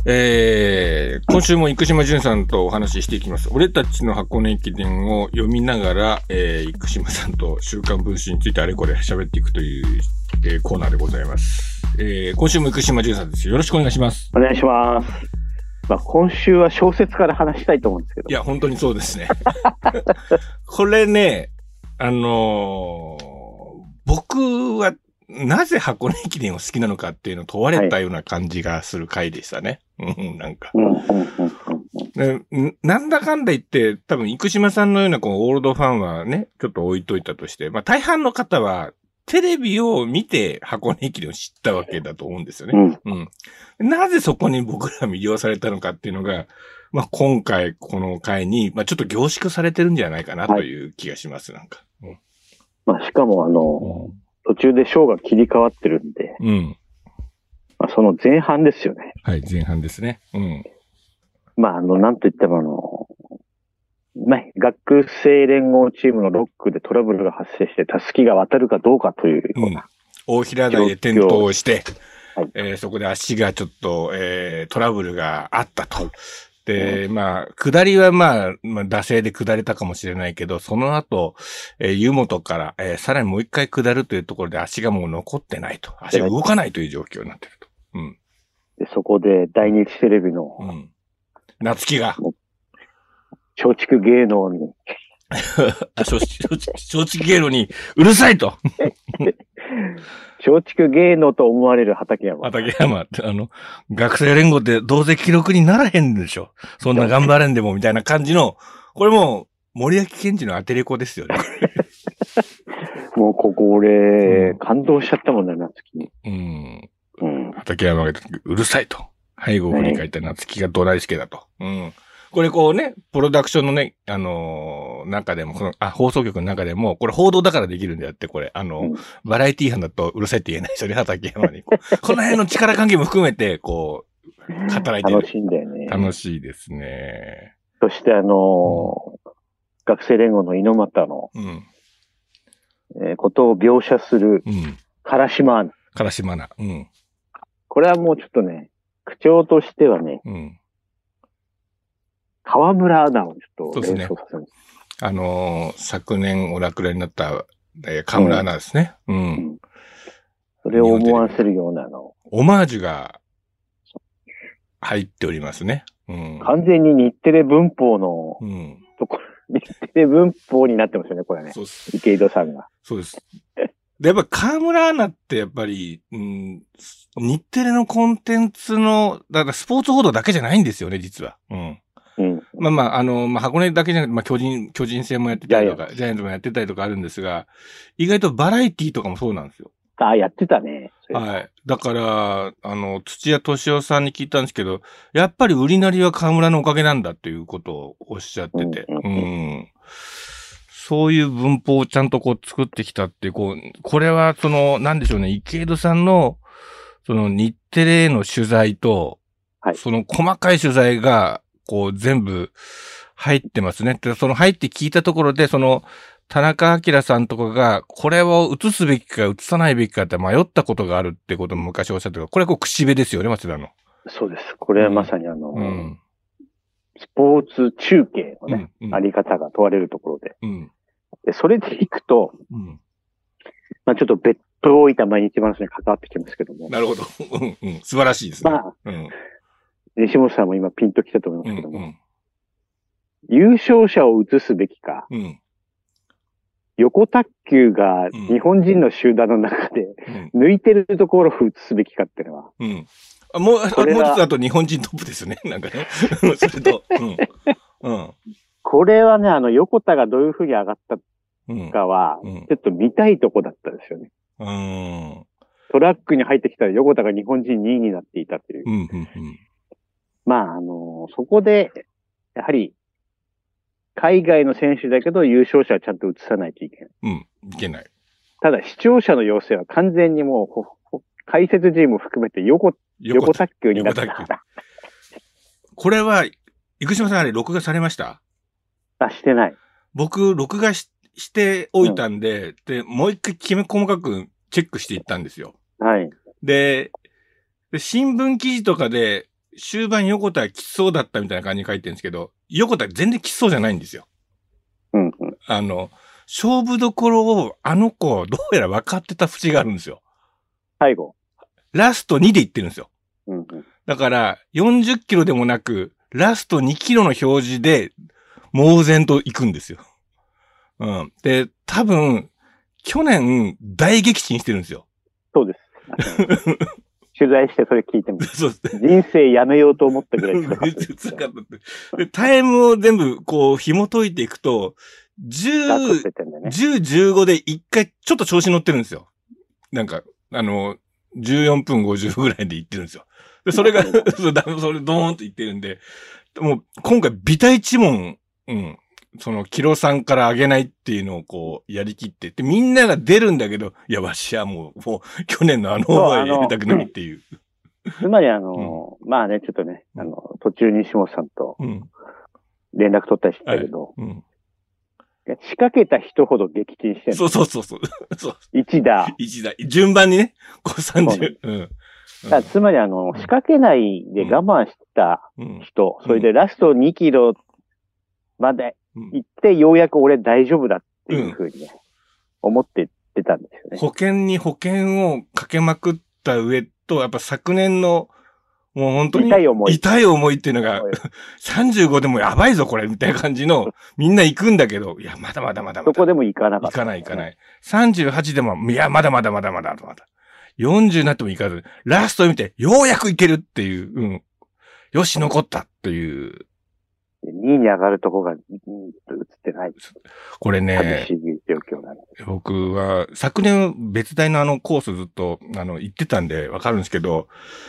今週も生島淳さんとお話ししていきます。俺たちの箱根駅伝を読みながら、生島さんと週刊文春についてあれこれ喋っていくという、コーナーでございます。今週も生島淳さんです。よろしくお願いします。 お願いします。まあ、今週は小説から話したいと思うんですけど。 いや、本当にそうですね。これね、僕はなぜ箱根駅伝を好きなのかっていうのを問われたような感じがする回でしたね。なんか。なんだかんだ言って、多分、生島さんのようなこうオールドファンはね、ちょっと置いといたとして、まあ大半の方は、テレビを見て箱根駅伝を知ったわけだと思うんですよね。なぜそこに僕ら魅了されたのかっていうのが、まあ今回この回に、まあちょっと凝縮されてるんじゃないかなという気がします、なんか。 まあしかも途中でショーが切り替わってるんで、まあその前半ですよね。 はい、前半ですね。 まあなんといってもまあ、学生連合チームの6区でトラブルが発生して、たすきが渡るかどうかというような、 大平台で転倒して、そこで足がちょっと、トラブルがあったと。で、まあ、下りはまあ、惰性で下れたかもしれないけど、その後、湯本から、さらにもう一回下るというところで足がもう残ってないと。足が動かないという状況になっていると。 でそこで大日テレビの、 夏希が、 松竹芸能に。 松竹芸能にうるさいと。 松竹芸能と思われる畠山。 畠山って、学生連合ってどうせ記録にならへんでしょ。そんな頑張れんでもみたいな感じの、これもう森脇健児の当てれこですよね。 もうここ俺、感動しちゃったもんね、夏希に。 畠山がうるさいと。背後を振り返った夏希がどないすけだと。これこうね、プロダクションのね、中でも、放送局の中でも、これ報道だからできるんであって、これ、バラエティー班だとうるさいって言えないですよね、畠山に。この辺の力関係も含めて、こう、働いてる。 楽しいんだよね。 楽しいですね。 そして学生連合の猪俣の、ことを描写する、唐島アナ。 唐島アナ。 これはもうちょっとね、口調としてはね、河村アナをちょっと連想させます。 昨年お亡くなりになった、河村アナですね。 それを思わせるようなオマージュが入っておりますね。 完全に日テレ文法のところ、日テレ文法になってますよね、これね。池井戸さんが。 そうです。で、やっぱ河村アナってやっぱり、日テレのコンテンツの、だからスポーツ報道だけじゃないんですよね、実は。箱根だけじゃなくて、巨人戦もやってたりとか、ジャイアンツもやってたりとかあるんですが、意外とバラエティとかもそうなんですよ。 やってたね。 はい。だから、土屋敏夫さんに聞いたんですけど、やっぱり売りなりは河村のおかげなんだっていうことをおっしゃってて、そういう文法をちゃんとこう作ってきたっていう、これはなんでしょうね、池井戸さんの、日テレへの取材と、その細かい取材が、全部入ってますね。で、入って聞いたところで、田中明さんとかが、これを映すべきか映さないべきかって迷ったことがあるってことも昔おっしゃってた。これは口笛ですよね、松田の。 そうです。これはまさにスポーツ中継のね、あり方が問われるところで。でそれでいくと、まあちょっと別府大分毎日話に関わってきますけども。 なるほど。素晴らしいですね。 まあ、西本さんも今ピンときたと思いますけども、優勝者を移すべきか、横卓球が日本人の集団の中で抜いてるところを移すべきかっていうのは。 もう一つだと日本人トップですよね。なんかね。それと。 これはね、横田がどういうふうに上がったかは、ちょっと見たいとこだったですよね。トラックに入ってきたら横田が日本人2位になっていたという。まあ、そこで、やはり、海外の選手だけど優勝者はちゃんと移さないといけない。 いけない。 ただ視聴者の要請は完全にもう、解説陣も含めて横卓球になった。 これは、生島さんあれ録画されました？ してない。 僕、録画しておいたんで、で、もう一回きめ細かくチェックしていったんですよ。 はい。 で、新聞記事とかで終盤横田はきつそうだったみたいな感じに書いてるんですけど、横田全然きつそうじゃないんですよ。 うんうん。 勝負どころをどうやら分かってた節があるんですよ。 最後。 ラスト2で行ってるんですよ。 うんうん。 だから、40キロでもなく、ラスト2キロの表示で、猛然と行くんですよ。うん。で、多分、去年、大撃沈してるんですよ。 そうです。取材してそれ聞いてます。 そうです。 人生やめようと思ったぐらい辛かったで。タイムを全部、紐解いていくと、10、15で一回ちょっと調子乗ってるんですよ。なんか、14分50ぐらいで行ってるんですよ。で、それが、それドーンと行ってるんで、もう、今回、微体一問、キロ3から上げないっていうのをやりきってで、みんなが出るんだけど、いや、わしはもう、去年の思いやりたくないっていう。 つまりまあね、ちょっとね、途中に西本さんと、連絡取ったりしてたけど、仕掛けた人ほど撃沈してる。 そう。 一打。 順番にね、30。 つまり仕掛けないで我慢した人、それでラスト2キロまで行って、ようやく俺大丈夫だっていうふうにね、思って出たんですよね。 保険に保険をかけまくった上と、やっぱ昨年の、もう本当に痛い思いっていうのが、35でもやばいぞこれみたいな感じの、みんな行くんだけど、いや、まだ。 どこでも行かなかった。 行かない。38でも、いや、まだ。40になっても行かず、ラスト見て、ようやく行けるっていう、よし、残ったっていう。 2位に上がるとこが、映ってない。 これね、 寂しい状況なんです。 僕は、昨年別大のコースずっと、行ってたんでわかるんですけど、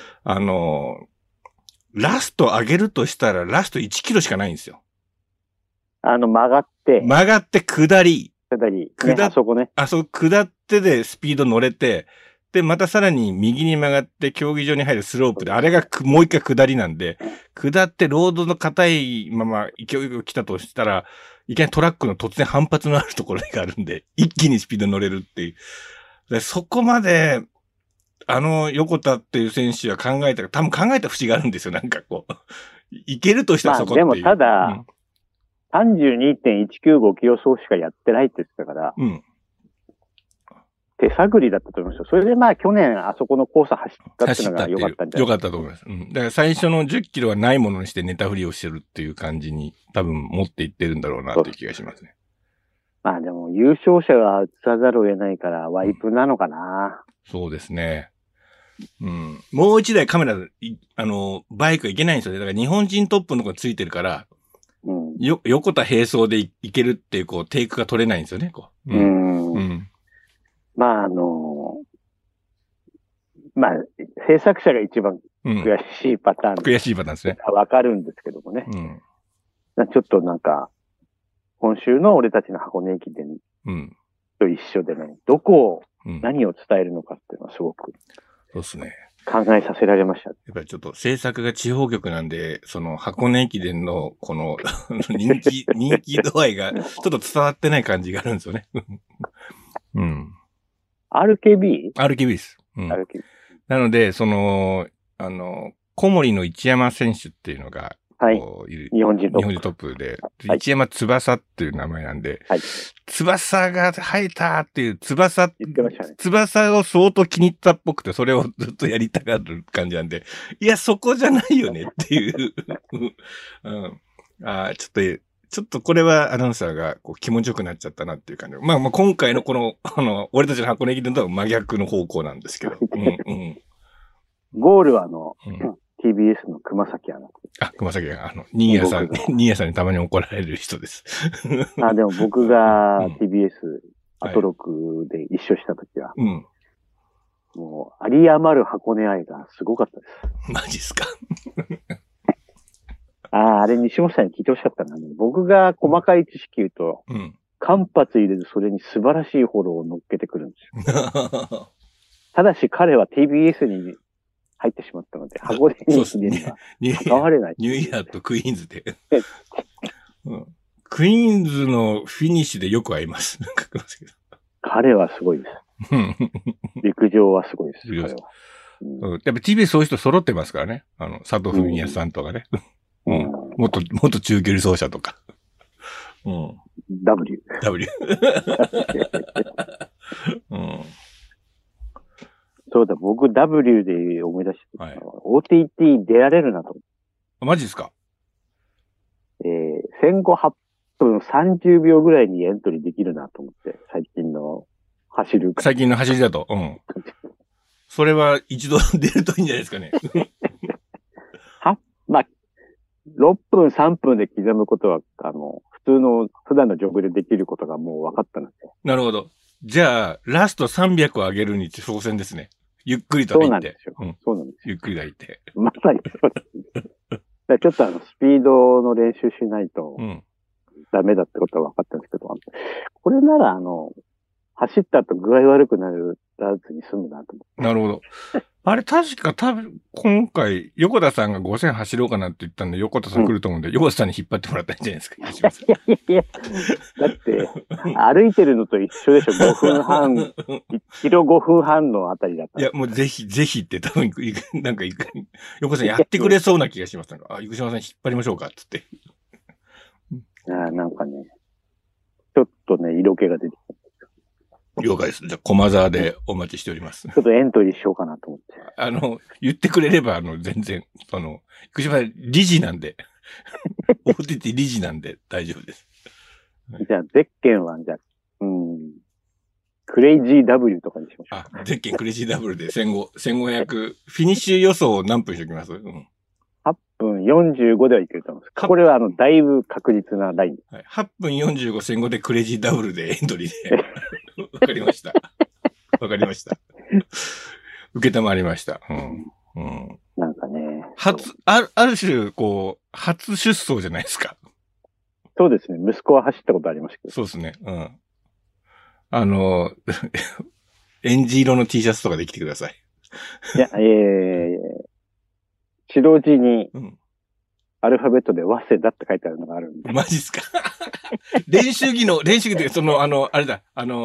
ラスト上げるとしたら、ラスト1キロしかないんですよ。 曲がって、 下り。 あそこね。 下ってでスピード乗れて、で、またさらに右に曲がって競技場に入るスロープで、あれがもう一回下りなんで、下ってロードの硬いまま勢いが来たとしたら、いきなりトラックの突然反発のあるところがあるんで、一気にスピード乗れるっていう。でそこまで、横田っていう選手は多分考えた節があるんですよ、なんかいけるとしたらそこっていう。 でもただ、32.195 キロ走しかやってないって言ってたから、手探りだったと思いますよ。それで去年あそこのコース走ったっていうのが良かったんじゃないですか。 良かったと思います。だから最初の10キロはないものにしてネタ振りをしてるっていう感じに多分持っていってるんだろうなという気がしますね。 でも優勝者が映さざるを得ないからワイプなのかな。 そうですね。もう一台カメラ、バイクがいけないんですよね。だから日本人トップのところについてるから、横田並走でいけるっていう、テイクが取れないんですよね、 制作者が一番悔しいパターン。 悔しいパターンですね。 わかるんですけどもね。ちょっと今週の俺たちの箱根駅伝と一緒でね、どこを、何を伝えるのかっていうのはすごく。 そうですね。 考えさせられました。 やっぱりちょっと制作が地方局なんで、箱根駅伝の人気度合いがちょっと伝わってない感じがあるんですよね。 RKB？ RKB です。 RKB。 なので、小森の一山選手っていうのが、 日本人トップで、一山翼っていう名前なんで、翼が生えたっていう、翼を相当気に入ったっぽくて、それをずっとやりたがる感じなんで、いや、そこじゃないよねっていう。ちょっとこれはアナウンサーが気持ちよくなっちゃったなっていう感じ。今回の俺たちの箱根駅伝とは真逆の方向なんですけど。 ゴールはTBS の熊崎アナ。 熊崎が、新谷さんにたまに怒られる人です。 でも僕が TBS アトロクで一緒したときは、もう、有り余る箱根愛がすごかったです。 マジっすかあれ西本さんに聞いてほしかったな。僕が細かい知識言うと、間髪入れずそれに素晴らしいフォローを乗っけてくるんですよ。ただし彼は TBS に入ってしまったので、箱根駅伝は関われない。 ニューイヤーとクイーンズで。クイーンズのフィニッシュでよく会います。 彼はすごいです。陸上はすごいです。彼は。 やっぱ TBS そういう人揃ってますからね。佐藤文也さんとかね。元中距離走者とか。 W。そうだ、僕 W で思い出して、OTT 出られるなと。 マジですか戦後8分30秒ぐらいにエントリーできるなと思って、最近の走りだと。それは一度出るといいんじゃないですかね。 まあ、6分3分で刻むことは、普段のジョブでできることがもう分かったので。 なるほど。じゃあ、ラスト300を上げるに挑戦ですね。ゆっくりと入って。 そうなんですよ。そうなんですよ。ゆっくりと入って。 まさにそうです。ちょっとスピードの練習しないと、ダメだってことは分かったんですけど、これなら走った後具合悪くなるらずに済むなと思って。 なるほど。あれ確か多分、今回、横田さんが5000走ろうかなって言ったんで、横田さん来ると思うんで、横田さんに引っ張ってもらったんじゃないですか。 いや、だって、歩いてるのと一緒でしょ。5分半、1キロ5分半のあたりだった。 いや、もうぜひって多分、横田さんやってくれそうな気がします。生島さん引っ張りましょうか、つって。 なんかね、ちょっとね、色気が出てきた。 了解です。じゃあ、駒沢でお待ちしております。 ちょっとエントリーしようかなと思って。 言ってくれれば、全然、生島さん理事なんで、OTT 理事なんで大丈夫です。 じゃあ、ゼッケンは、クレイジー W とかにしましょう。ゼッケンクレイジー W で1500、フィニッシュ予想何分しておきます？ 8分45ではいけると思います。これはだいぶ確実なライン。 はい、8分45、1500でクレイジーダブルでエントリーで。わかりました。受けたまりました。 なんかね。 ある種、初出走じゃないですか。 そうですね。息子は走ったことありましたけど。 そうですね。エンジ色の T シャツとかで着てください。 いや、白地に、アルファベットで早稲田って書いてあるのがあるんで。 マジっすか練習着で、あれだ、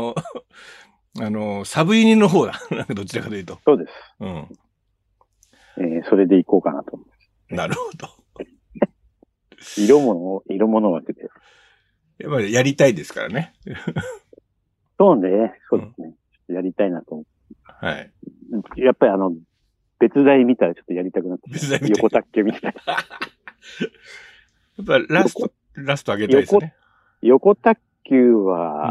サブユニの方だ。なんかどちらかというと。 そうです。それで行こうかなと思う。なるほど。 色物を当てて。 やっぱりやりたいですからね。 そうですね。やりたいなと思って。 はい。 やっぱり別台見たらちょっとやりたくなって。別台見た横卓球みたいな。 やっぱラスト上げたいですね。 横卓球は、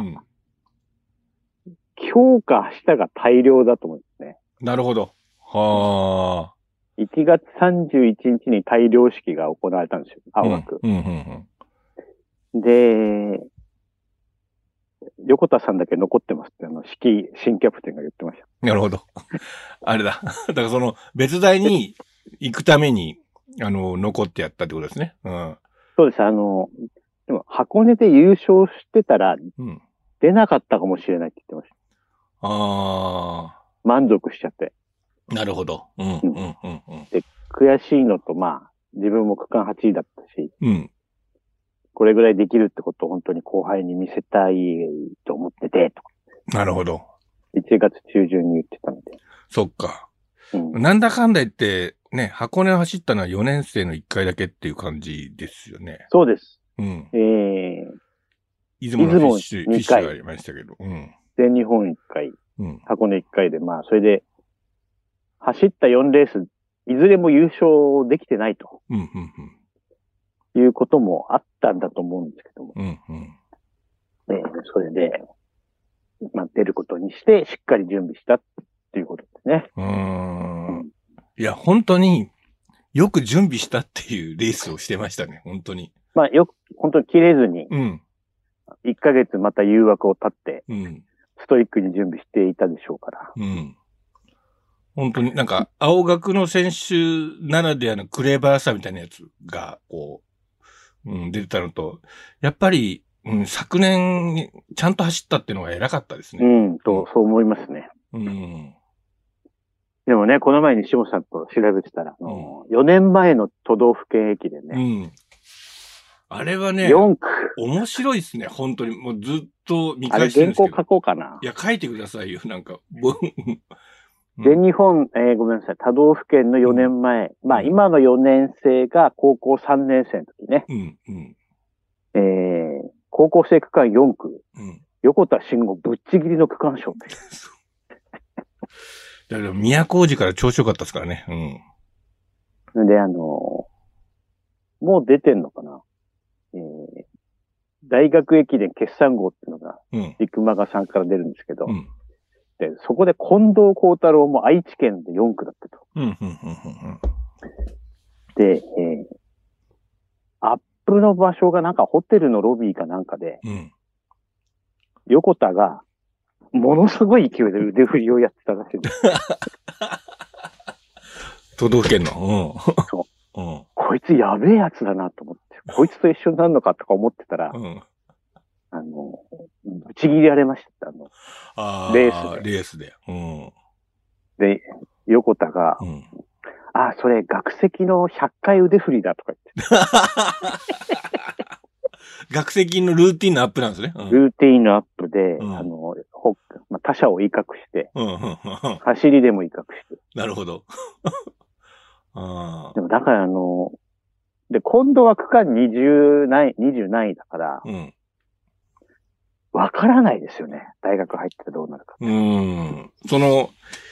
強化したが大量だと思うんですね。 なるほど。はあ。 1月31日に大量式が行われたんですよ。青学。で、横田さんだけ残ってますって新キャプテンが言ってました。 なるほど。あれだ。だから別台に行くために、残ってやったってことですね。 そうです。でも箱根で優勝してたら、出なかったかもしれないって言ってました。満足しちゃって。 なるほど。 で、悔しいのと、自分も区間8位だったし、これぐらいできるってことを本当に後輩に見せたいと思ってて、と。 なるほど。 1月中旬に言ってたので。そっか。なんだかんだ言って、ね、箱根を走ったのは4年生の1回だけっていう感じですよね。 そうです。 出雲のフィッシュがありましたけど。 全日本1回、箱根1回で、それで、走った4レース、いずれも優勝できてないと。いうこともあったんだと思うんですけども。それで、出ることにして、しっかり準備したっていうことですね。 いや、本当によく準備したっていうレースをしてましたね、本当に。 本当に切れずに、1ヶ月また誘惑を立って、ストイックに準備していたでしょうから。 本当に青学の選手ならではのクレバーさみたいなやつが、出てたのと、やっぱり、昨年、ちゃんと走ったっていうのが偉かったですね。 そう思いますね。でもね、この前に下さんと調べてたら、4年前の都道府県駅伝ね。 あれはね、 4区。 面白いですね、本当に。もうずっと見返してるんですけど。 原稿書こうかな。 いや、書いてくださいよ、 全日本、ごめんなさい、他道府県の4年前、まあ今の4年生が高校3年生の時ね。高校生区間4区、横田慎吾ぶっちぎりの区間賞。 だから宮古路から調子良かったですからね。 で、もう出てんのかな。大学駅伝決算号っていうのが、ビッグマガさんから出るんですけど、でそこで近藤幸太郎も愛知県で4区だったと。で、アップの場所がなんかホテルのロビーかなんかで、横田がものすごい勢いで腕振りをやってたらしいんです。 都道府県の。 そう。こいつやべえやつだなと思って、こいつと一緒になるのかとか思ってたら、ぶち切られました。レースで。 で、横田が、それ学籍の100回腕振りだとか言って。 学籍のルーティンのアップなんですね。 ルーティンのアップで、他者を威嚇して、走りでも威嚇して。 なるほど。 でもだからで、今度は区間20何位だから、わからないですよね。大学入ってどうなるか。 その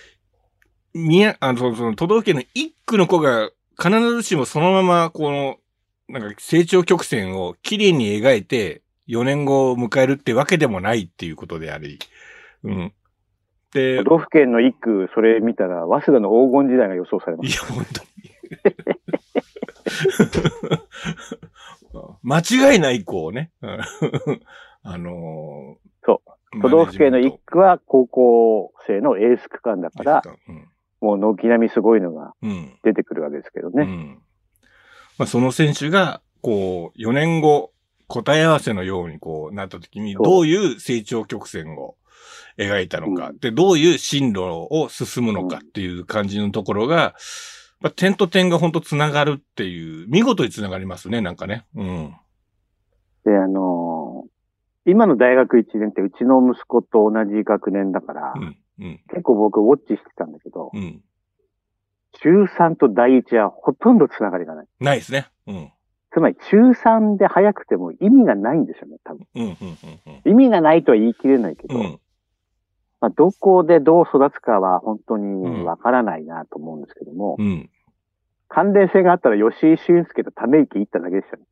都道府県の1区の子が必ずしもそのまま、なんか成長曲線をきれいに描いて4年後を迎えるってわけでもないっていうことであり。 で、都道府県の1区、それ見たら、早稲田の黄金時代が予想されます。 いや、本当に。間違いない子をね。 そう。都道府県の1区は高校生のエース区間だから、もう軒並みすごいのが出てくるわけですけどね。 その選手が、4年後、答え合わせのようになった時に、どういう成長曲線を描いたのか、で、どういう進路を進むのかっていう感じのところが、点と点が本当繋がるっていう、見事に繋がりますね、なんかね。 で、今の大学1年ってうちの息子と同じ学年だから、結構僕ウォッチしてたんだけど、中3と第1はほとんど繋がりがない。 ないですね。 つまり中3で早くても意味がないんですよね、多分。意味がないとは言い切れないけど、どこでどう育つかは本当にわからないなと思うんですけども、関連性があったら吉井俊介とため息言っただけでしたね。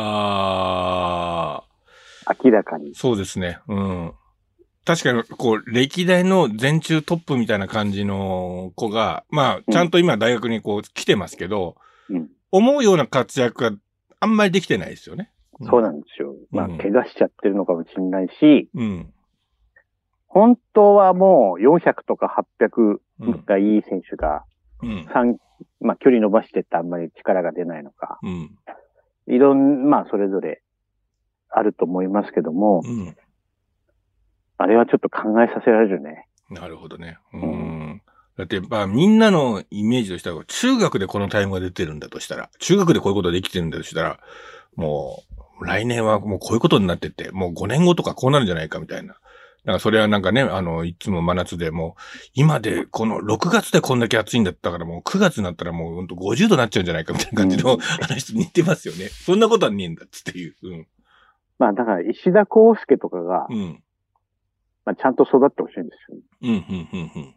明らかに。 そうですね。確かに、歴代の全中トップみたいな感じの子が、ちゃんと今大学に来てますけど、思うような活躍があんまりできてないですよね。 そうなんですよ。怪我しちゃってるのかもしれないし、本当はもう400とか800がいい選手が、距離伸ばしてってあんまり力が出ないのか、それぞれあると思いますけども、あれはちょっと考えさせられるね。 なるほどね。だって、みんなのイメージとしては、中学でこのタイムが出てるんだとしたら、中学でこういうことができてるんだとしたら、もう、来年はもうこういうことになってて、もう5年後とかこうなるんじゃないかみたいな。なんかそれはなんかね、いつも真夏でもう、今で、この6月でこんだけ暑いんだったからもう9月になったらもう50度になっちゃうんじゃないかみたいな感じの話と似てますよね。そんなことはねえんだっていう。 だから石田康介とかが、ちゃんと育ってほしいんですよね。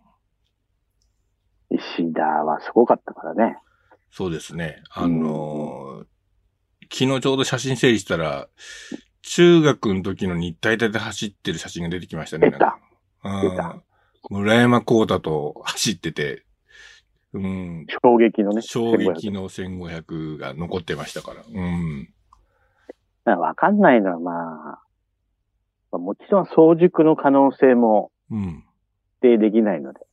石田はすごかったからね。 そうですね。昨日ちょうど写真整理したら、中学の時の日体大で走ってる写真が出てきましたね。 出た。 村山幸太と走ってて、 衝撃のね。 衝撃の1500が残ってましたから。 わかんないのはもちろん早熟の可能性も否定できないので。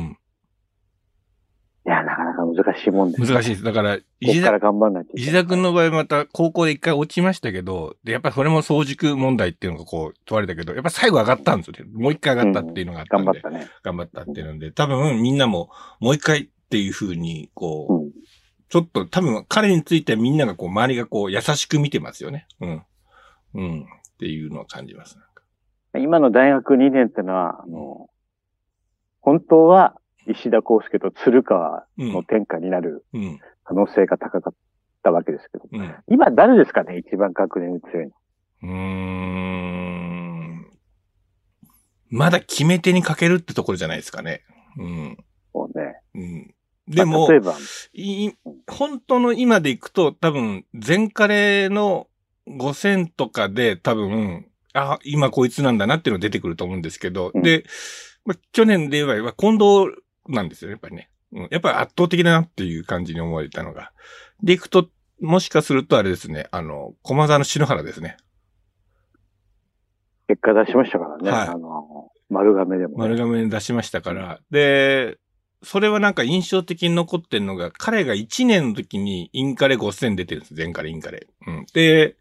いや、なかなか難しいもんです。 難しいです。だから、 石田君の場合また高校で一回落ちましたけど、で、やっぱりそれも早熟問題っていうのが問われたけど、やっぱ最後上がったんですよね。もう一回上がったっていうのがあったんで。 頑張ったね。 頑張ったっていうので、多分みんなももう一回っていう風に、ちょっと多分彼についてみんなが周りが優しく見てますよね。っていうのを感じます。 今の大学2年ってのは、本当は石田康介と鶴川の天下になる可能性が高かったわけですけど。今誰ですかね、一番学年に強いの。まだ決め手にかけるってところじゃないですかね。 そうね。でも、例えば本当の今でいくと多分、全カレーの5000とかで多分、今こいつなんだなっていうのが出てくると思うんですけど、で、去年で言えば近藤なんですよね、やっぱりね。やっぱり圧倒的だなっていう感じに思われたのが。でいくと、もしかするとあれですね、駒沢の篠原ですね。 結果出しましたからね。はい。丸亀でも、ね。 丸亀で出しましたから。で、それはなんか印象的に残ってんのが、彼が1年の時にインカレ5000出てるんです。全カレインカレ。で、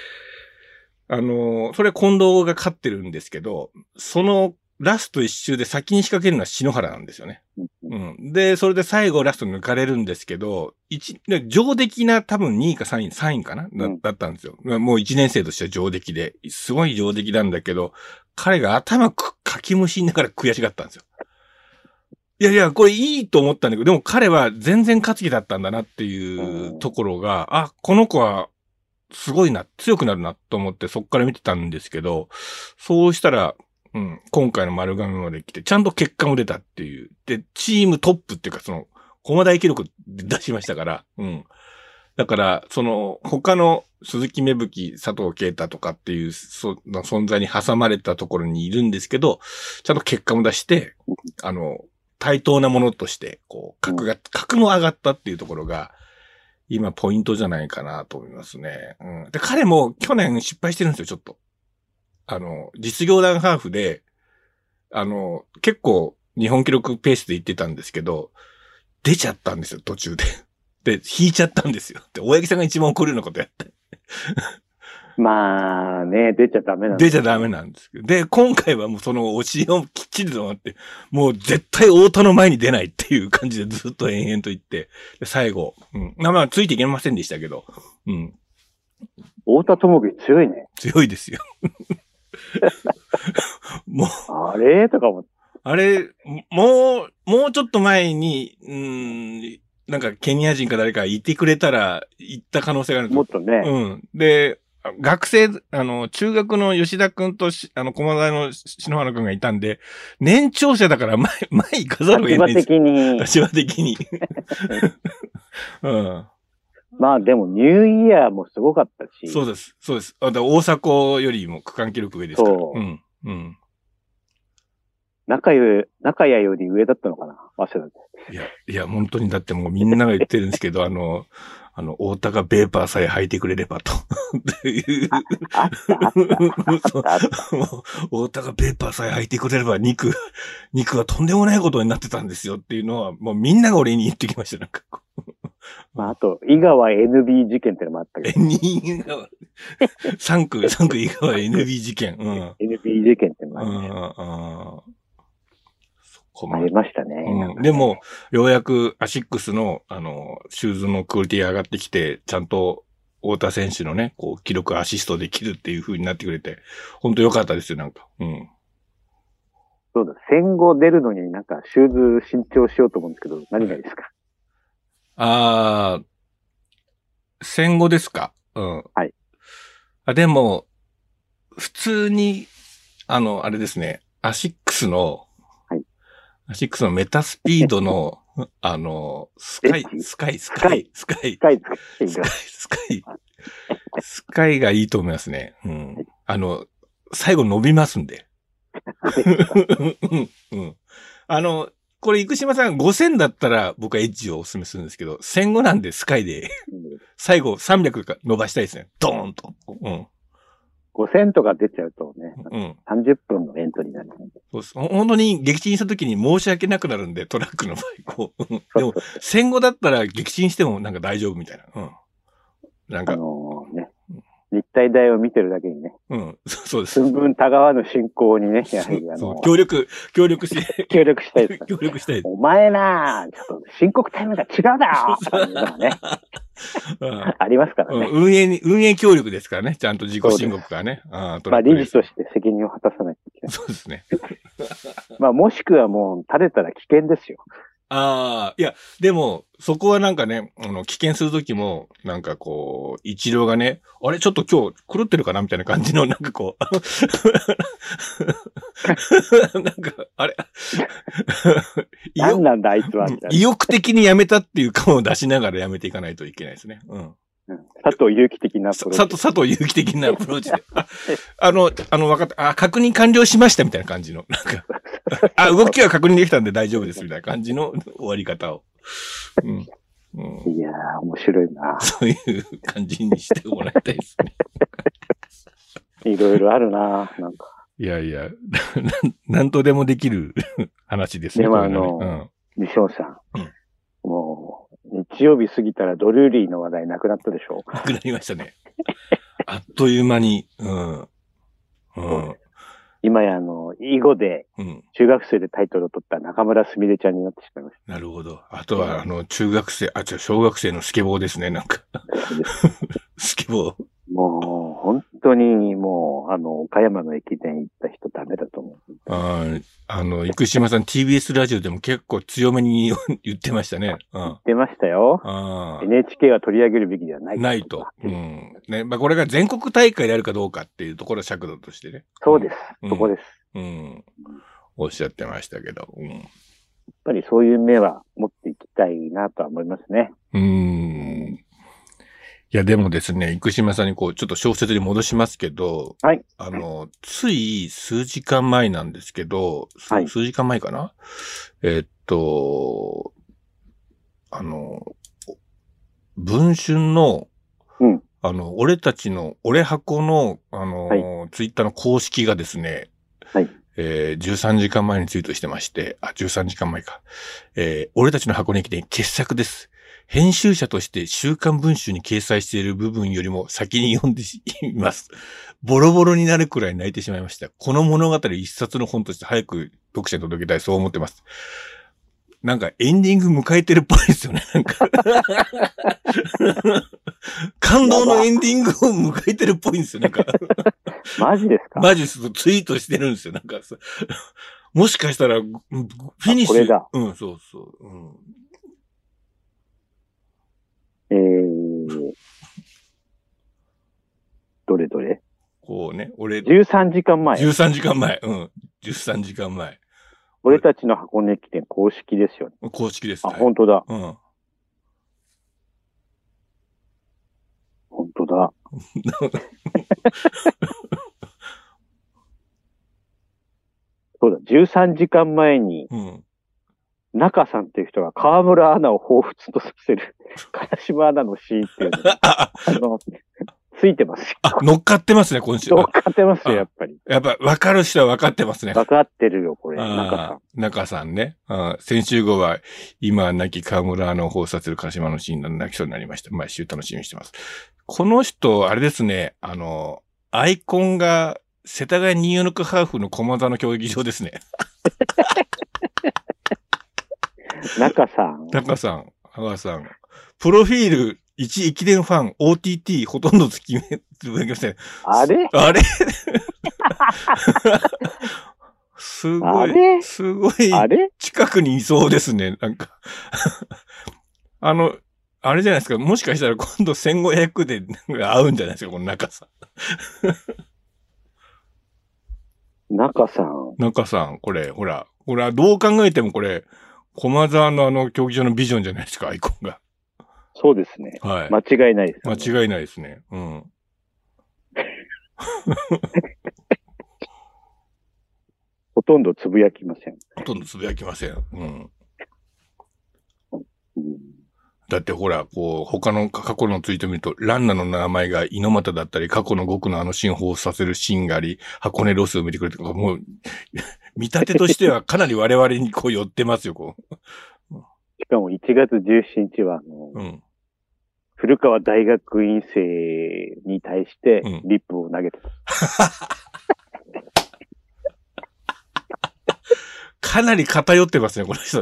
それ近藤が勝ってるんですけど、そのラスト1周で先に仕掛けるのは篠原なんですよね。で、それで最後ラスト抜かれるんですけど、上出来な多分2位か3位かな、だったんですよ。もう1年生としては上出来で、すごい上出来なんだけど、彼が頭かきむしりながら悔しがったんですよ。いや、これいいと思ったんだけど、でも彼は全然勝つ気だったんだなっていうところが、この子はすごいな、強くなるなと思ってそっから見てたんですけど、そうしたら、今回の丸亀まで来て、ちゃんと結果も出たっていう。で、チームトップっていうか、駒大記録出しましたから、だから、他の鈴木芽吹、佐藤啓太とかっていう、存在に挟まれたところにいるんですけど、ちゃんと結果も出して、対等なものとして、格も上がったっていうところが、今ポイントじゃないかなと思いますね。で、彼も去年失敗してるんですよ、ちょっと。実業団ハーフで、結構日本記録ペースで行ってたんですけど、出ちゃったんですよ、途中で。で、引いちゃったんですよ。で、大八木さんが一番怒るようなことやって。 まあね、出ちゃダメなんです、出ちゃダメなんですけど。で、今回はもうその教えをきっちりと待って、もう絶対太田の前に出ないっていう感じでずっと延々と言って、で最後、まあついていけませんでしたけど、 太田智樹強いね。 強いですよ。もう。 あれとかも。 あれ、もうちょっと前に、なんかケニア人か誰かいてくれたら行った可能性があると。 もっとね。 で、学生、中学の吉田くんと駒沢の篠原くんがいたんで、年長者だから前行かざるを得ないです。立場的に。 まあでもニューイヤーもすごかったし。 そうです。大迫よりも区間記録上ですから。 中谷より上だったのかな、早稲田で。いや、本当にだってもうみんなが言ってるんですけど、太田がベーパーさえ履いてくれればと。太田がベーパーさえ履いてくれれば肉はとんでもないことになってたんですよっていうのは、もうみんなが俺に言ってきました、なんか。 まあ、あと、井川 NB 事件ってのもあったけど。 3区井川 NB 事件。 NB 事件ってのもあった。ありましたね。 でも、ようやくアシックスの、シューズのクオリティ上がってきて、ちゃんと、太田選手のね、記録アシストできるっていう風になってくれて、本当良かったですよ、なんか。 そうだ、戦後出るのになんか、シューズ新調しようと思うんですけど、何がいいですか？ 戦後ですか？ はい。 でも、普通に、あれですね、アシックスのメタスピードの、スカイがいいと思いますね。最後伸びますんで。これ、生島さん5000だったら僕はエッジをお勧めするんですけど、1500なんでスカイで、最後300か伸ばしたいですね。ドーンと。 5000とか出ちゃうとね、30分のエントリーになる、 そうです。本当に撃沈した時に申し訳なくなるんで、トラックの場合、でも、1500だったら撃沈してもなんか大丈夫みたいな。なんか。 日体大を見てるだけにね。 そうです。 寸分たがわぬ進行にね、やはり協力したいです。 協力したい。 お前なぁ、ちょっと申告タイムが違うだろね。ありますからね。 運営協力ですからね。ちゃんと自己申告がね。 まあ、理事として責任を果たさないといけない。 そうですね。 まあ、もしくはもう、垂れたら危険ですよ。 ああ、いや、でも、そこはなんかね、棄権するときも、なんかこう、一郎がね、あれ、ちょっと今日狂ってるかなみたいな感じの、なんかこう、なんか、あれ何なんだあいつは。 意欲的にやめたっていう感を出しながらやめていかないといけないですね。うん。 佐藤祐樹的なアプローチ。 佐藤祐樹的なアプローチで。わかった。確認完了しましたみたいな感じの。なんか、動きは確認できたんで大丈夫ですみたいな感じの終わり方を。うん。 うん、いやー、面白いな。 そういう感じにしてもらいたいですね。 いろいろあるな、なんか。 いやいや、なんとでもできる話ですね。 でも西本さん。もう、日曜日過ぎたらドルーリーの話題なくなったでしょ？ なくなりましたね。あっという間に。 今や囲碁で、中学生でタイトルを取った中村すみれちゃんになってしまいました。 なるほど。あとは、小学生のスケボーですね、なんか。スケボー。 もう、本当にもう、岡山の駅伝行った人ダメだと思う。 生島さん TBS ラジオでも結構強めに言ってましたね。 言ってましたよ。NHK は取り上げるべきではない。 ないと。ね。まあ、これが全国大会であるかどうかっていうところは尺度としてね。 そうです。そこです。 おっしゃってましたけど。やっぱりそういう目は持っていきたいなとは思いますね。 いや、でもですね、生島さんにちょっと小説に戻しますけど、 はい。 つい数時間前なんですけど、数時間前かな？文春の、俺箱の、ツイッターの公式がですね、13時間前にツイートしてまして、13時間前か。俺たちの箱根駅伝傑作です。編集者として週刊文春に掲載している部分よりも先に読んでいます。ボロボロになるくらい泣いてしまいました。この物語一冊の本として早く読者に届けたい、そう思ってます。なんかエンディング迎えてるっぽいですよね。なんか感動のエンディングを迎えてるっぽいんですよ。なんかマジですか？ マジです。ツイートしてるんですよ。なんかもしかしたらフィニッシュ。 これだ。 そうそう。 どれどれ？ こうね、 13時間前。 13時間前。13時間前。 俺たちの箱根駅伝公式ですよね。 公式です。 本当だ。本当だ。そうだ、13時間前に、中さんっていう人が河村アナを彷彿とさせる、金島アナのシーンっていうのついてますよ。 乗っかってますね、今週。 乗っかってますよ、やっぱり。 やっぱ、分かる人は分かってますね。 分かってるよ、これ。中さん。 中さんね。先週号は、今、亡き河村アナを彷彿させる金島のシーンの泣きそうになりました。毎週楽しみにしてます。この人、あれですね、アイコンが、世田谷ニューヨークハーフの駒沢の競技場ですね。 中さん。 中さん。プロフィール、一駅伝ファン、OTT、ほとんどつぶやきません。 あれすごい、近くにいそうですね、なんか。あれじゃないですか、もしかしたら今度1500で会うんじゃないですか、この中さん。中さん、これ、ほら、どう考えてもこれ、駒沢の競技場のビジョンじゃないですか、アイコンが。 そうですね。はい。間違いないです、 ね。間違いないですね。 ほとんどつぶやきません。 だってほら、他の過去のツイート見ると、ランナの名前が猪俣だったり、過去の5区のシーンを放送させるシーンがあり、箱根ロスを見てくれとか、もう、見立てとしてはかなり我々に寄ってますよ、 しかも1月17日は、古川大学院生に対して、リップを投げてた。 かなり偏ってますね、この人。 い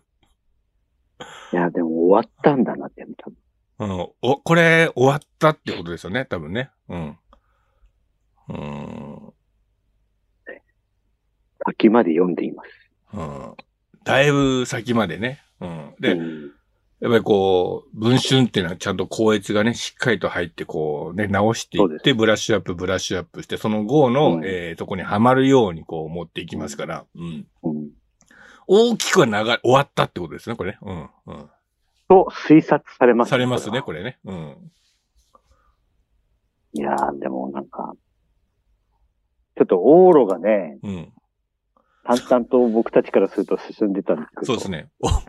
や、でも終わったんだなって、多分。これ、終わったってことですよね、多分ね。 秋まで読んでいます。 うん。だいぶ先までね。うん。で、やっぱりこう、文春っていうのはちゃんと校閲がね、しっかりと入ってこうね、直していって、ブラッシュアップして、その後の、とこにはまるようにこう持っていきますから、うん。大きくは終わったってことですね、これ。うん。うん。 と推察されますね。 されますね、これね。うん。 いやー、でもなんか、ちょっと往路がね、うん。淡々と僕たちからすると進んでたんですけど。 そうですね。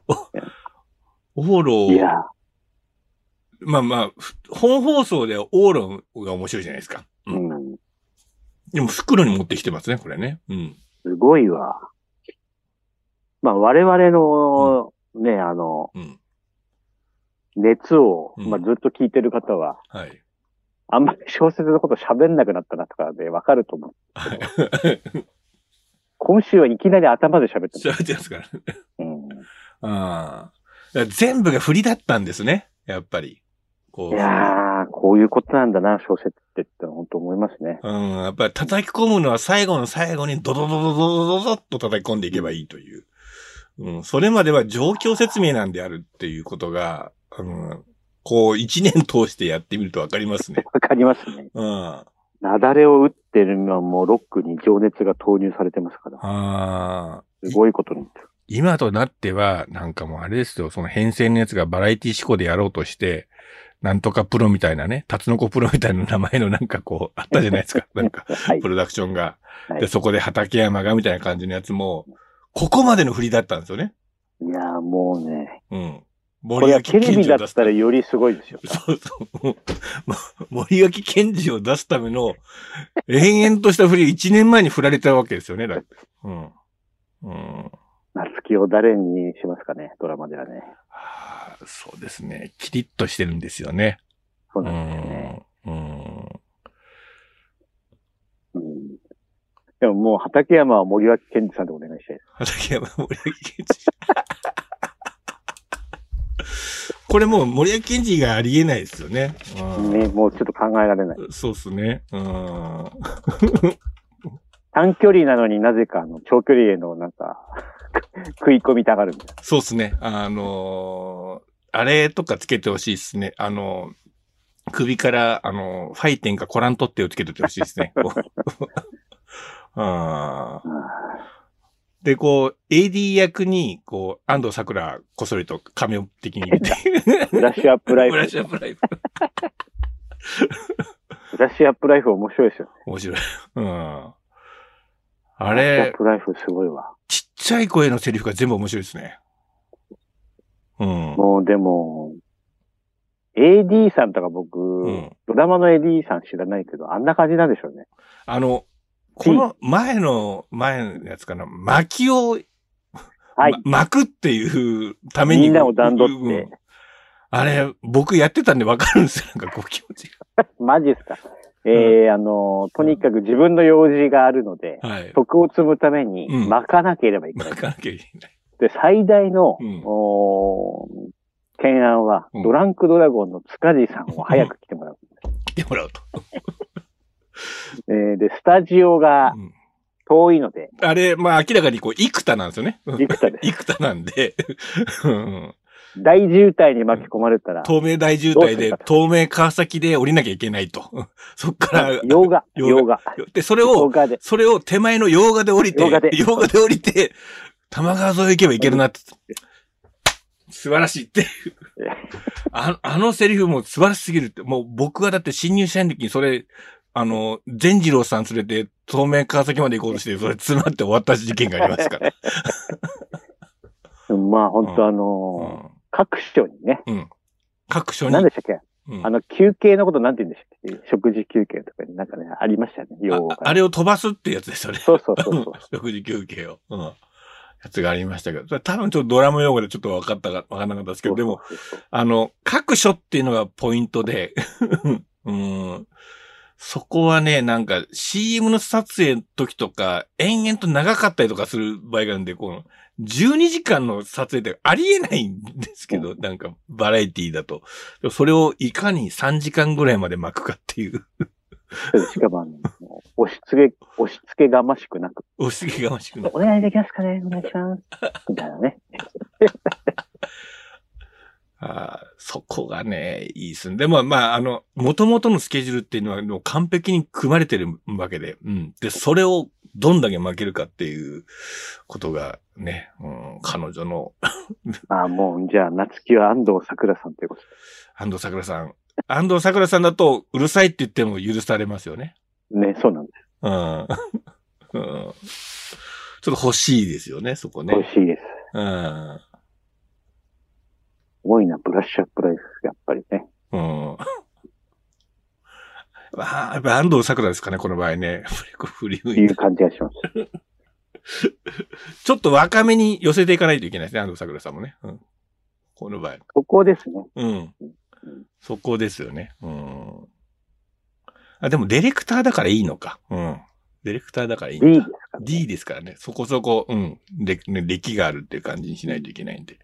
往路。いや。まあ、本放送で往路が面白いじゃないですか。うん。でも袋に持ってきてますね、これね。うん。 すごいわ。まあ、我々の、ね、熱を、まあ、ずっと聞いてる方は、はい。あんまり小説のこと喋んなくなったなとかでわかると思う。はい。今週はいきなり頭で喋ってます。喋ってますからね。うん。ああ。全部が振りだったんですね。やっぱり。 いやー、こういうことなんだな、小説って本当思いますね。 うん。やっぱり叩き込むのは最後の最後にドドドドドドドドッと叩き込んでいけばいいという。うん。それまでは状況説明なんであるっていうことが、こう一年通してやってみるとわかりますね。 わかりますね。うん。雪崩を打ってるのはもうロックに情熱が投入されてますから。ああ。すごいことになってる。 今となっては、なんかもうあれですよ、その編成のやつがバラエティ志向でやろうとして、なんとかプロみたいなね、タツノコプロみたいな名前のなんかこう、あったじゃないですか。なんか、プロダクションが。はい、で、そこで畠山がみたいな感じのやつも、ここまでの振りだったんですよね。 いやーもうね。うん。これはテレビだったらよりすごいですよ。 そうそう。森脇健児を出すための、延々とした振り、1年前に振られたわけですよね、だって。うん。 うん。夏希を誰にしますかね、ドラマではね。 はあ、そうですね。キリッとしてるんですよね。 そうなんですよね。でももう畠山は森脇健児さんでお願いしたいです。 畠山森脇健児。これもう森脇健児がありえないですよね。 ね、もうちょっと考えられない。 そうですね。 短距離なのになぜか長距離へのなんか食い込みたがるみたいな。 そうですね。あれとかつけてほしいですね。首から、ファイテンかコラントッテをつけてほしいですね。で、こう、AD 役に、こう、安藤サクラこそりとカメオ的に入れて。 ブラッシュアップライフ。 ブラッシュアップライフ。 ブラッシュアップライフ面白いですよね。 面白い。うん。 あれ。ブラッシュアップライフすごいわ。 ちっちゃい声のセリフが全部面白いですね。 うん。もうでも、AD さんとか僕、ドラマの AD さん知らないけど、あんな感じなんでしょうね。 この前のやつかな、巻きを、はい。巻くっていうために。 みんなを段取って。 あれ、僕やってたんでわかるんですよ、なんかこう気持ちが。マジですか。とにかく自分の用事があるので、はい、徳を積むために巻かなければいけない。 巻かなきゃいけない。 で、最大の、懸案は、ドランクドラゴンの塚地さんを早く来てもらう。 来てもらうと。 で、スタジオが遠いので。 あれ、まあ明らかにこう、幾多なんですよね。 幾多です。 幾多なんで。 大渋滞に巻き込まれたら。 東名大渋滞で、東名川崎で降りなきゃいけないと。そっから。 洋画。 で、それを手前の洋画で降りて、洋画で降りて、玉川沿い行けばいけるなって。素晴らしいっていう。あのセリフも素晴らしすぎるって。もう僕はだって新入社員の時にそれ、善次郎さん連れて東名川崎まで行こうとして、それ詰まって終わった事件がありますから。 まあ本当各所にね。 うん。各所に。 何でしたっけ、休憩のことなんて言うんでしたっけ、食事休憩とかになんかね、ありましたよね。 あれを飛ばすってやつですよね。 そう。 食事休憩を。やつがありましたけど、多分ちょっとドラム用語でちょっとわかんなかったですけど、でも、各所っていうのがポイントで、そこはね、なんか CM の撮影の時とか、延々と長かったりとかする場合があるんで、この12時間の撮影ってありえないんですけど、なんかバラエティだと。それをいかに3時間ぐらいまで巻くかっていう。 しかも押し付けがましくなく。 押し付けがましくなく。 お願いできますかねお願いします。みたいなね。 そこがね、いいですね。でも、まあ、元々のスケジュールっていうのはもう完璧に組まれてるわけで、うん。で、それをどんだけ負けるかっていうことがね、彼女の。 もう、じゃあ、夏希は安藤サクラさんということで。 安藤サクラさん。安藤サクラさんだと、うるさいって言っても許されますよね。 ね、そうなんです。 ちょっと欲しいですよね、そこね。 欲しいです。すごいな、ブラッシュアップライフ、やっぱりね。 やっぱ安藤サクラですかね、この場合ね。振り向いて。 いう感じがします。 ちょっと若めに寄せていかないといけないですね、安藤サクラさんもね。この場合。 そこですね。そこですよね。でもディレクターだからいいのか。ディレクターだからいいのか。D ですからね。そこそこ、歴があるっていう感じにしないといけないんで。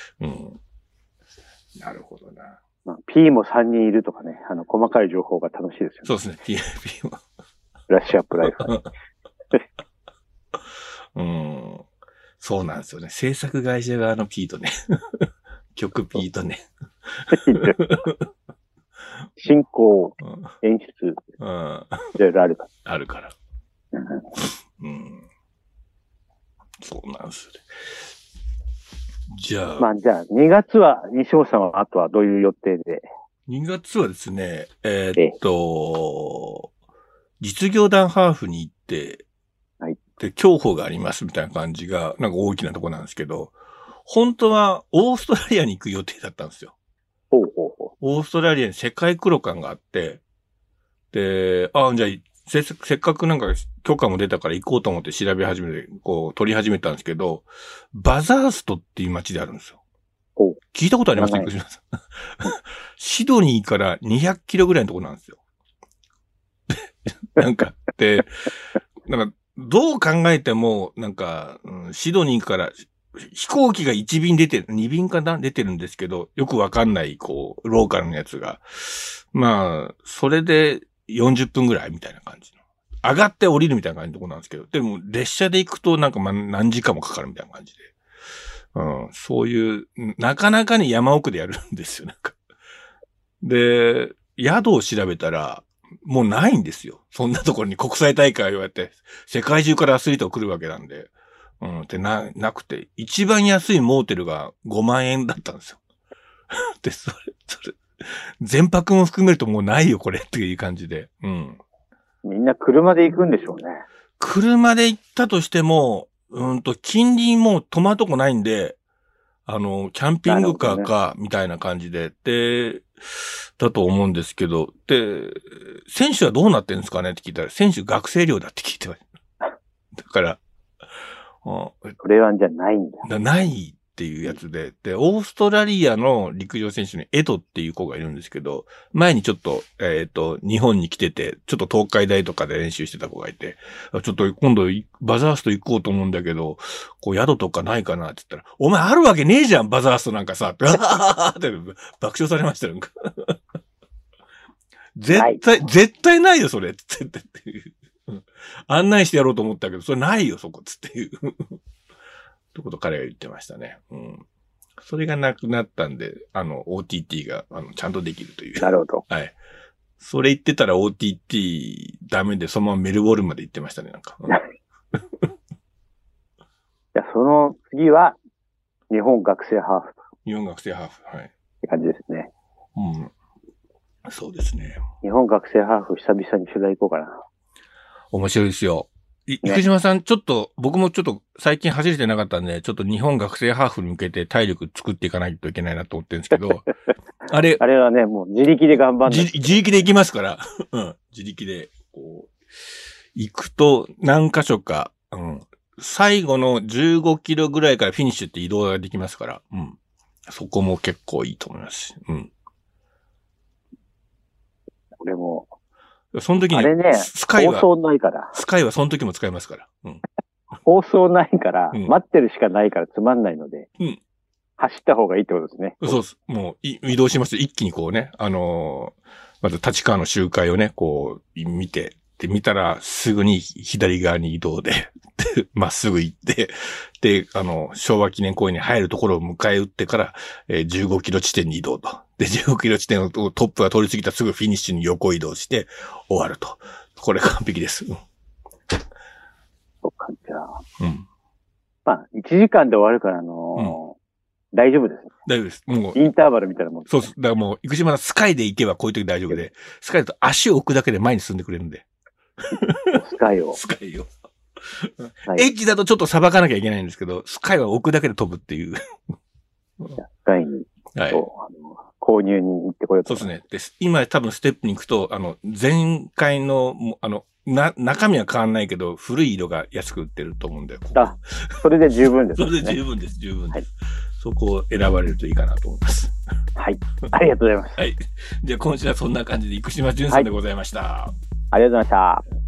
なるほどな。 P も3人いるとかね、細かい情報が楽しいですよね。 そうですね、P も。 ブラッシュアップライフ。 そうなんですよね。制作会社側の P とね。曲 P とね。 進行、演出、いろいろあるから。 あるから。そうなんですよね。じゃあ。 じゃあ、2月は、西尾さんは、あとはどういう予定で ?2 月はですね、実業団ハーフに行って、 はい。 で、競歩がありますみたいな感じが、なんか大きなとこなんですけど、本当はオーストラリアに行く予定だったんですよ。オーストラリアに世界クロカンがあって、で、じゃあ、せっかくなんか許可も出たから行こうと思って調べ始めて、取り始めたんですけど、バザーストっていう街であるんですよ。聞いたことありますか？シドニーから200キロぐらいのところなんですよ。なんか、で、どう考えても、シドニーから飛行機が1便2便かな出てるんですけど、よくわかんない、ローカルのやつが。それで40分ぐらいみたいな感じの。上がって降りるみたいな感じのとこなんですけど、でも列車で行くと何時間もかかるみたいな感じで。そういう、なかなかに山奥でやるんですよ、で、宿を調べたら、もうないんですよ。そんなところに国際大会を言われて、世界中からアスリートが来るわけなんで。ってなくて、一番安いモーテルが5万円だったんですよ。で、それ、全泊も含めるともうないよ、これっていう感じで。 みんな車で行くんでしょうね。 車で行ったとしても、近隣も泊まるとこないんで、キャンピングカーか、みたいな感じで、で、だと思うんですけど、で、選手はどうなってるんですかねって聞いたら、選手学生寮だって聞いてました。だから、 これはじゃないんだ。 ないっていうやつで、で、オーストラリアの陸上選手にエドっていう子がいるんですけど、前にちょっと、日本に来てて、ちょっと東海大とかで練習してた子がいて、ちょっと今度バザースト行こうと思うんだけど、宿とかないかなって言ったら、お前あるわけねえじゃん、バザーストなんかさ、って爆笑されましたよ。絶対ないよ、それ、つってっていう。案内してやろうと思ったけど、それないよ、そこ、つっていう。ってこと彼が言ってましたね。それがなくなったんで、OTT が、ちゃんとできるという。 なるほど。 はい。それ言ってたら OTT ダメで、そのままメルボルンまで行ってましたね、 じゃあ、その次は、日本学生ハーフと。 日本学生ハーフ、はい。 って感じですね。 そうですね。 日本学生ハーフ、久々に取材行こうかな。 面白いですよ。生島さん、僕もちょっと最近走れてなかったんで、ちょっと日本学生ハーフに向けて体力作っていかないといけないなと思ってるんですけど、あれはね、もう自力で頑張る。 自力で行きますから、自力で、行くと何箇所か、最後の15キロぐらいからフィニッシュって移動ができますから、そこも結構いいと思います。 これも、 その時に、 スカイは、放送ないから。 スカイはその時も使えますから。 放送ないから、待ってるしかないからつまんないので、走った方がいいってことですね。 そうです。もう、移動します。一気にまず立川の集会をね、見てっって見たら、すぐに左側に移動で、まっすぐ行って、で、昭和記念公園に入るところを迎え撃ってから、15キロ地点に移動と。で、15キロ地点をトップが通り過ぎたらすぐフィニッシュに横移動して終わると。これ完璧です。 そっか、じゃあ。まあ、1時間で終わるから、大丈夫です。 大丈夫です。もう。 インターバルみたいなもん、 そうです。だからもう、生島のスカイで行けばこういう時大丈夫で、スカイだと足を置くだけで前に進んでくれるんで。 スカイを。 スカイを。エッジだとちょっと捌かなきゃいけないんですけど、スカイは置くだけで飛ぶっていう。 スカイに、はい、購入に行ってこようと。 そうですね。今多分ステップに行くと、前回の、中身は変わんないけど、古い色が安く売ってると思うんだよ。 あ、それで十分です、 ね。それで十分です、十分です。はい、そこを選ばれるといいかなと思います。 はい。ありがとうございます。 はい。じゃあ今週はそんな感じで、生島淳さんでございました。 ありがとうございました。